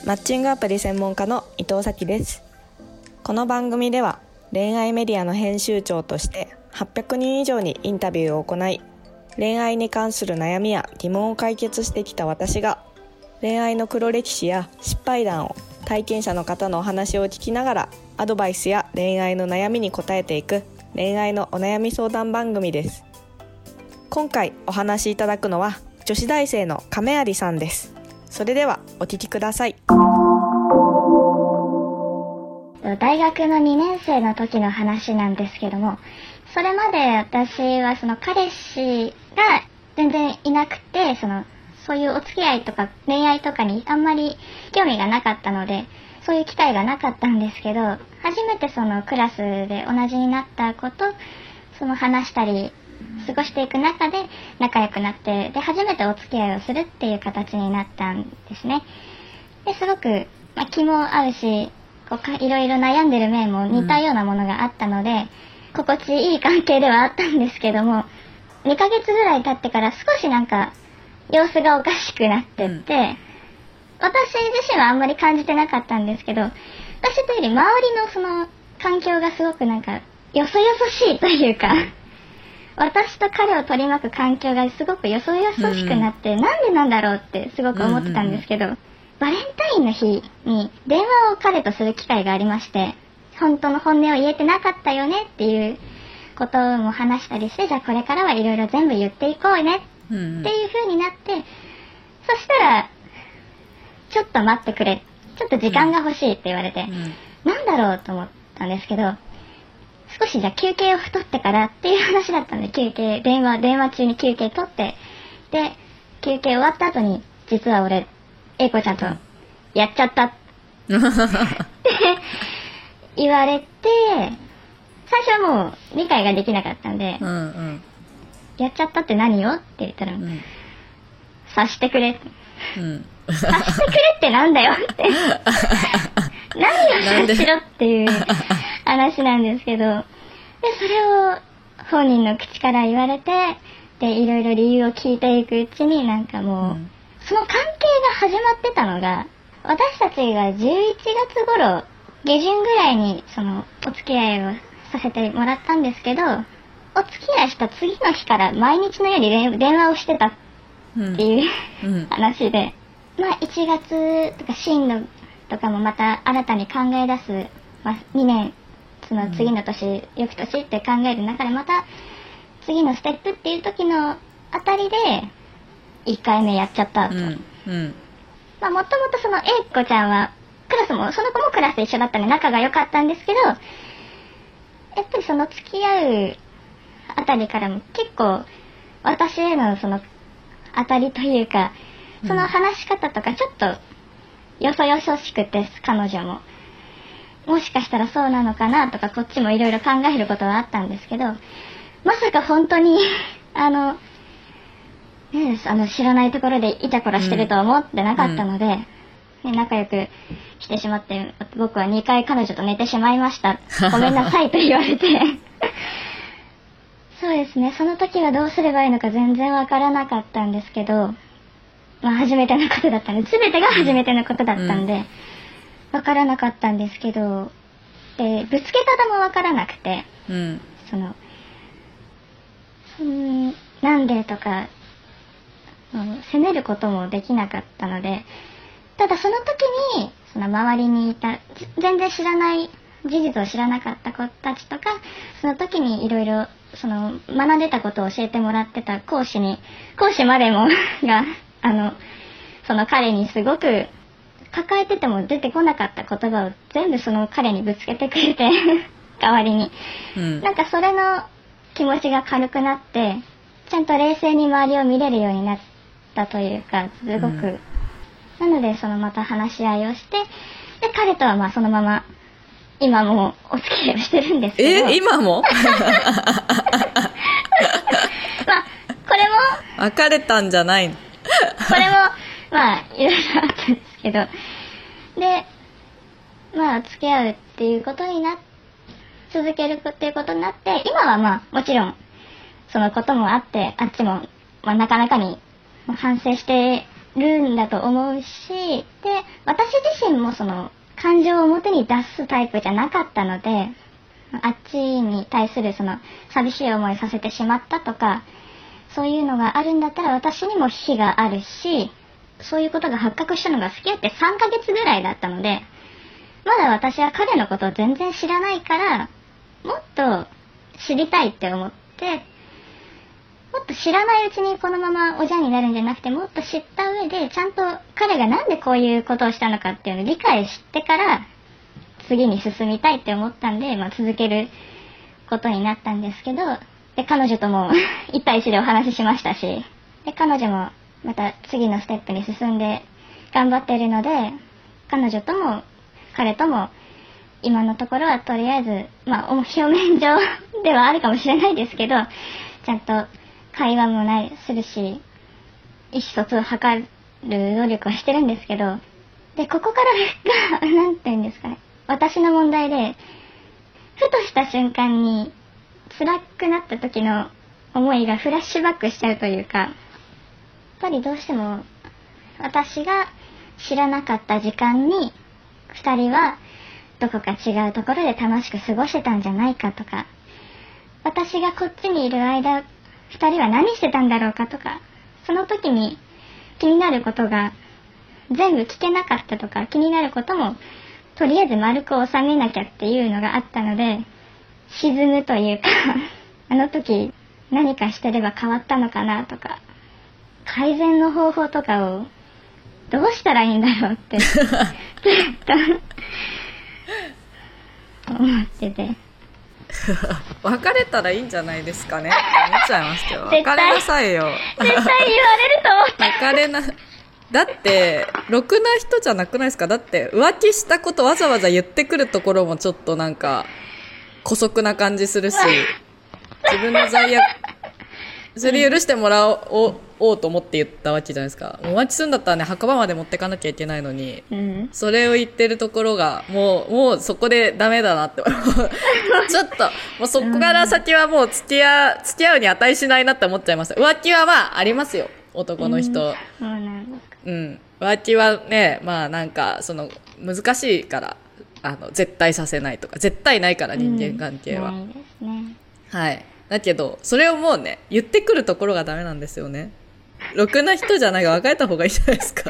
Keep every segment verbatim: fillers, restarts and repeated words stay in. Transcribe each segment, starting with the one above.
マッチングアプリ専門家の伊藤咲です。この番組では恋愛メディアの編集長としてはっぴゃくにん以上にインタビューを行い、恋愛に関する悩みや疑問を解決してきた私が、恋愛の黒歴史や失敗談を体験者の方のお話を聞きながら、アドバイスや恋愛の悩みに答えていく恋愛のお悩み相談番組です。今回お話しいただくのは女子大生の亀有さんです。それではお聞きください。 大学のにねん生の時の話なんですけども、それまで私はその彼氏が全然いなくて、そのそういうお付き合いとか恋愛とかにあんまり興味がなかったので、そういう機会がなかったんですけど、初めてそのクラスで同じになった子とその話したり過ごしていく中で仲良くなって、で初めてお付き合いをするっていう形になったんですね。ですごく、まあ、気も合うし、こうかいろいろ悩んでる面も似たようなものがあったので、うん、心地いい関係ではあったんですけども、にかげつぐらい経ってから少しなんか様子がおかしくなってって、うん、私自身はあんまり感じてなかったんですけど、私というより周りのその環境がすごくなんかよそよそしいというか私と彼を取り巻く環境がすごくよそよそしくなって、うん、なんでなんだろうってすごく思ってたんですけど、うんうんうん、バレンタインの日に電話を彼とする機会がありまして、本当の本音を言えてなかったよねっていうことも話したりして、じゃあこれからはいろいろ全部言っていこうねっていう風になって、うんうん、そしたらちょっと待ってくれ、ちょっと時間が欲しいって言われて、うん、なんだろうと思ったんですけど、少しじゃあ休憩を取ってからっていう話だったんで、休憩、電話、電話中に休憩取って、で、休憩終わった後に、実は俺、英子ちゃんとやっちゃったって言われて、最初はもう理解ができなかったんで、うんうん、やっちゃったって何よって言ったら、うん、察してくれって。うん、察してくれってなんだよって何を察しろっていう話なんですけど、でそれを本人の口から言われて、でいろいろ理由を聞いていくうちに、なんかもう、うん、その関係が始まってたのが、私たちがじゅういちがつ頃下旬ぐらいにそのお付き合いをさせてもらったんですけど、お付き合いした次の日から毎日のように電話をしてたっていう、うんうん、話で、まあいちがつとか進路とかもまた新たに考え出す、まあ、にねん、その次の年、うん、翌年って考える中で、また次のステップっていう時のあたりでいっかいめやっちゃったと、うんうん、まあもともとその A 子ちゃんはクラスもその子もクラス一緒だったんで仲が良かったんですけど、やっぱりその付き合うあたりからも結構私へのその当たりというか、その話し方とかちょっとよそよそしくて、彼女ももしかしたらそうなのかなとか、こっちもいろいろ考えることはあったんですけど、まさか本当にあの、ね、あの知らないところでイチャコラしてるとは思ってなかったので、うんうん、仲良くしてしまって、僕はにかい彼女と寝てしまいました、ごめんなさいと言われてそうですね、その時はどうすればいいのか全然わからなかったんですけど、まあ初めてのことだったんで、全てが初めてのことだったんで、わからなかったんですけど、でぶつけ方もわからなくて、うん、そのうーんなんでとか、うん、責めることもできなかったので、ただその時にその周りにいた全然知らない事実を知らなかった子たちとか、その時にいろいろその学んでたことを教えてもらってた講師に講師までもがあのその彼にすごく抱えてても出てこなかった言葉を全部その彼にぶつけてくれて代わりに、うん、なんかそれの気持ちが軽くなって、ちゃんと冷静に周りを見れるようになったというか、すごく、うん、なのでそのまた話し合いをして、で彼とはまあそのまま今もお付き合いをしてるんですけど。 え、今もまあこれも別れたんじゃないのこれもまあいろいろあったんですけど、でまあ付き合うっていうことにな続けるっていうことになって、今はまあもちろんそのこともあって、あっちも、まあ、なかなかに反省してるんだと思うし、で私自身もその感情を表に出すタイプじゃなかったので、あっちに対するその寂しい思いさせてしまったとか、そういうのがあるんだったら私にも非があるし、そういうことが発覚したのが付き合ってさんかげつぐらいだったので、まだ私は彼のことを全然知らないから、もっと知りたいって思って、もっと知らないうちにこのままおじゃんになるんじゃなくて、もっと知った上でちゃんと彼がなんでこういうことをしたのかっていうのを理解してから次に進みたいって思ったんで、まあ、続けることになったんですけど、で彼女ともいち対いちでお話ししましたし、で彼女もまた次のステップに進んで頑張っているので、彼女とも彼とも今のところはとりあえず、まあ表面上ではあるかもしれないですけど、ちゃんと会話もないするし、意思疎通を図る努力はしてるんですけど、でここからがなんていうんですかね、私の問題で、ふとした瞬間に辛くなった時の思いがフラッシュバックしちゃうというか、やっぱりどうしても私が知らなかった時間にふたりはどこか違うところで楽しく過ごしてたんじゃないかとか、私がこっちにいる間ふたりは何してたんだろうかとか、その時に気になることが全部聞けなかったとか、気になることもとりあえず丸く収めなきゃっていうのがあったので、沈むというかあの時何かしてれば変わったのかなとか、改善の方法とかをどうしたらいいんだろうってずっと思ってて別れたらいいんじゃないですかねって思っちゃいますけど、別れなさいよ絶対言われると思った別れなだってろくな人じゃなくないですか。だって浮気したことわざわざ言ってくるところもちょっとなんか姑息な感じするし、自分の罪悪それ許してもらおう、おうと思って言ったわけじゃないですか。もう浮気するんだったらね、墓場まで持ってかなきゃいけないのに、うん、それを言ってるところがもうもうそこでダメだなってちょっともうそこから先はもう付き合う付き合うに値しないなって思っちゃいました。浮気はまあありますよ、男の人。うん、うん、浮気はね、まあなんかその難しいから、あの絶対させないとか絶対ないから、人間関係は、うん、ないですね。はい。だけどそれをもうね言ってくるところがダメなんですよね。ろくな人じゃないが別れた方がいいじゃないですか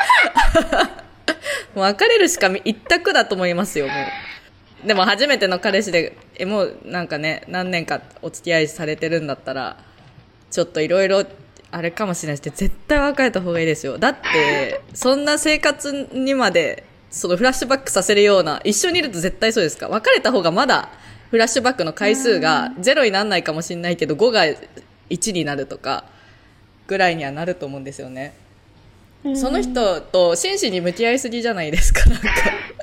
もう別れるしか一択だと思いますよ。もうでも初めての彼氏でえもうなんかね何年かお付き合いされてるんだったらちょっといろいろあれかもしれないして絶対別れた方がいいですよ。だってそんな生活にまでそのフラッシュバックさせるような、一緒にいると絶対そうですか。別れた方がまだフラッシュバックの回数がゼロにならないかもしれないけどごがいちになるとかぐらいにはなると思うんですよね。その人と真摯に向き合いすぎじゃないですか。なんか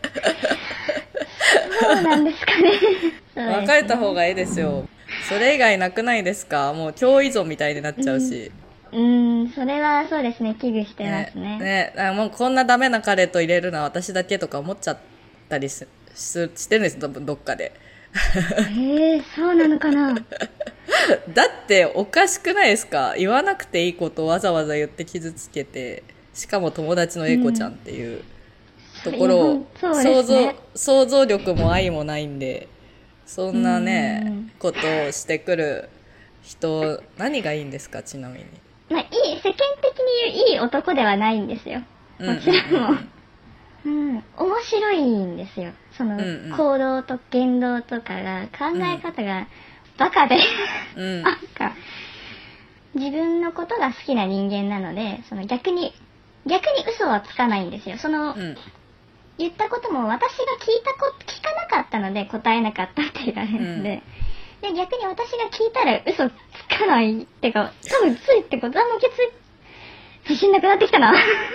そうなんですかね別れた方がいいですよ。それ以外なくないですか。もう共依存みたいになっちゃうし、 うん、うんそれはそうですね、危惧してますね。 ね、ね、もうこんなダメな彼と入れるのは私だけとか思っちゃったり し, し, してるんです。どっかでえー、そうなのかなだっておかしくないですか。言わなくていいことをわざわざ言って傷つけて、しかも友達のエコちゃんっていうところを、うんね、想像想像力も愛もないんで、そんなね、うん、ことをしてくる人何がいいんですか。ちなみに、 まあ、いい世間的に言ういい男ではないんですよ、もちろん。もうん、面白いんですよ。その行動と言動とかが考え方がバカで、うん、なんか自分のことが好きな人間なので、その逆に逆に嘘はつかないんですよ。その、うん、言ったことも私が聞いたこ聞かなかったので答えなかったって言われるので、うん、で逆に私が聞いたら嘘つかないってか、多分ついってことはもうきつい自信なくなってきたな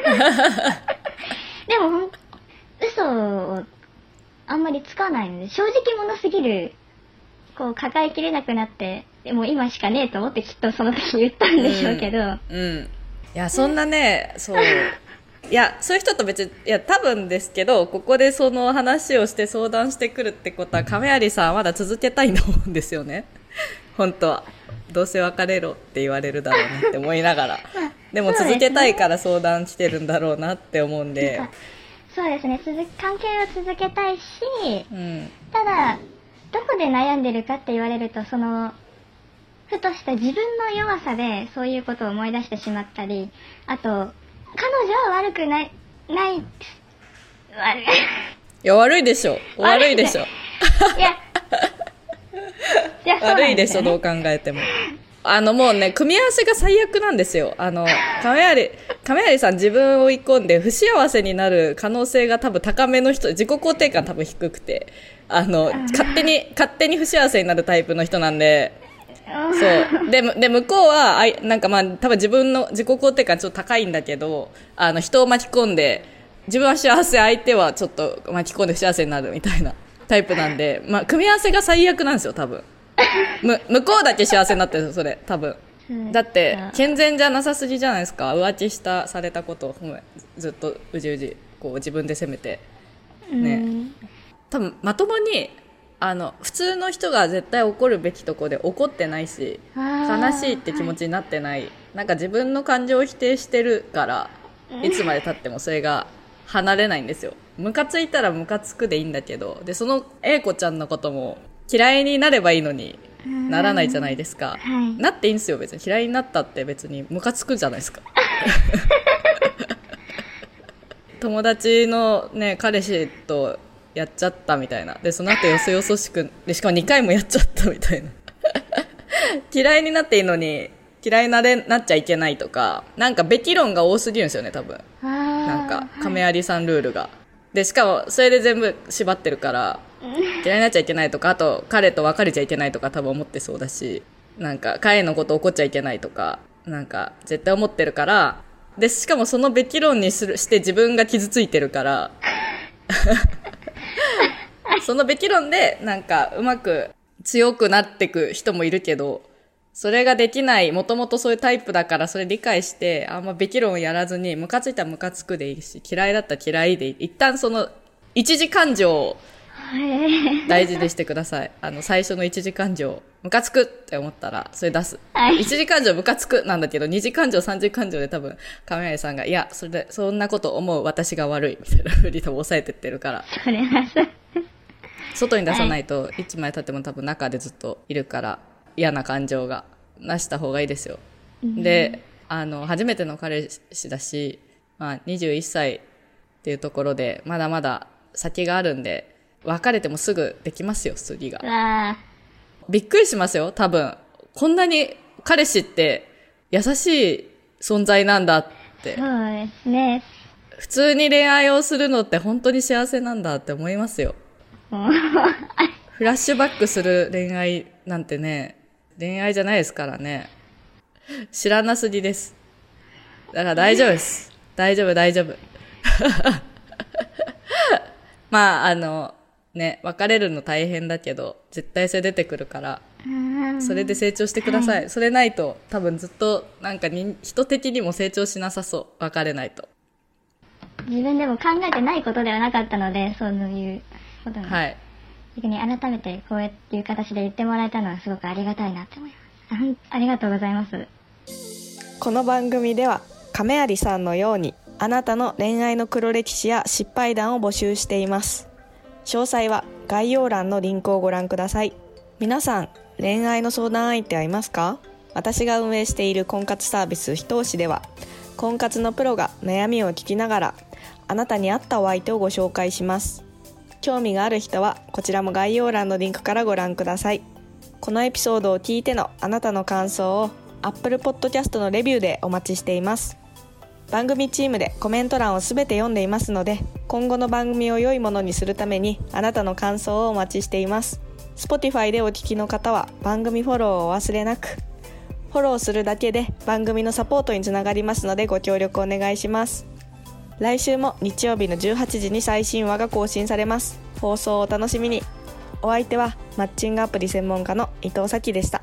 でも嘘をあんまりつかないので、正直者すぎる、こう抱えきれなくなって、でも今しかねえと思ってきっとその時言ったんでしょうけど、うん、 うん、いやそんなね、そういやそういう人と別に、いや多分ですけど、ここでその話をして相談してくるってことは亀有さんはまだ続けたいと思うんですよね本当は。どうせ別れろって言われるだろうなって思いながらでも続けたいから相談来てるんだろうなって思うんで、 そうですね、続関係を続けたいし、 うん、 ただどこで悩んでるかって言われると、そのふとした自分の弱さでそういうことを思い出してしまったり、あと彼女は悪くないない悪いいや悪いでしょ悪いでしょいやいや悪いでしょ、どう考えても。あのもうね、組み合わせが最悪なんですよ。あの亀有亀有さん自分を追い込んで不幸せになる可能性が多分高めの人、自己肯定感多分低くて、あの勝手に勝手に不幸せになるタイプの人なんで、そうでで向こうはあいなんかまあ多分自分の自己肯定感ちょっと高いんだけど、あの人を巻き込んで自分は幸せ、相手はちょっと巻き込んで不幸せになるみたいなタイプなんで、まあ組み合わせが最悪なんですよ多分。む向こうだけ幸せになってるんですよそれ多分。だって健全じゃなさすぎじゃないですか。浮気したされたことをずっとうじうじこう自分で責めてね。多分まともにあの普通の人が絶対怒るべきとこで怒ってないし、悲しいって気持ちになってない、なんか自分の感情を否定してるから、いつまで経ってもそれが離れないんですよ。ムカついたらムカつくでいいんだけど、でその A 子ちゃんのことも嫌いになればいいのにならないじゃないですか、 はい、 なっていいんですよ別に。嫌いになったって別にムカつくじゃないですか友達のね彼氏とやっちゃったみたいな、でその後よそよそしくでしかもにかいもやっちゃったみたいな嫌いになっていいのに嫌いなれなっちゃいけないとか、なんかべき論が多すぎるんですよね多分。なんか亀有さんルールがで、しかもそれで全部縛ってるから嫌いになっちゃいけないとか、あと彼と別れちゃいけないとか多分思ってそうだし、なんか彼のこと怒っちゃいけないとかなんか絶対思ってるから、でしかもそのべき論にするして自分が傷ついてるからそのべき論でなんかうまく強くなってく人もいるけど、それができない、もともとそういうタイプだからそれ理解してあんまべき論をやらずに、ムカついたらムカつくでいいし、嫌いだったら嫌いでいい、一旦その一時感情を大事にしてください。あの最初の一時感情ムカつくって思ったらそれ出す、はい、一時感情ムカつくなんだけど、二次感情三次感情で多分亀有さんがいやそれでそんなこと思う私が悪いみたいな風に多分抑えてってるから、 それはそう外に出さないといつまで経っても多分中でずっといるから嫌な感情が出した方がいいですよ、うん、であの初めての彼氏だし、まあ、にじゅういっさいっていうところでまだまだ先があるんで、別れてもすぐできますよ次が。びっくりしますよ多分、こんなに彼氏って優しい存在なんだって。 そうですね、 普通に恋愛をするのって本当に幸せなんだって思いますよフラッシュバックする恋愛なんてね恋愛じゃないですからね。知らなすぎです。だから大丈夫です大丈夫大丈夫まああのね、別れるの大変だけど絶対それ出てくるから、それで成長してください、はい、それないと多分ずっとなんかに人的にも成長しなさそう、別れないと。 自分でも考えてないことではなかったので、そういうことに、 はい、 逆に改めてこういう形で言ってもらえたのはすごくありがたいなって思います。ありがとうございます。 この番組では亀有さんのようにあなたの恋愛の黒歴史や失敗談を募集しています。詳細は概要欄のリンクをご覧ください。皆さん、恋愛の相談相手はいますか？私が運営している婚活サービスひとおしでは、婚活のプロが悩みを聞きながらあなたに合ったお相手をご紹介します。興味がある人はこちらも概要欄のリンクからご覧ください。このエピソードを聞いてのあなたの感想を Apple Podcast のレビューでお待ちしています。番組チームでコメント欄をすべて読んでいますので、今後の番組を良いものにするためにあなたの感想をお待ちしています。 Spotify でお聞きの方は番組フォローをお忘れなく。フォローするだけで番組のサポートにつながりますのでご協力お願いします。来週も日曜日のじゅうはちじに最新話が更新されます。放送をお楽しみに。お相手はマッチングアプリ専門家の伊藤咲でした。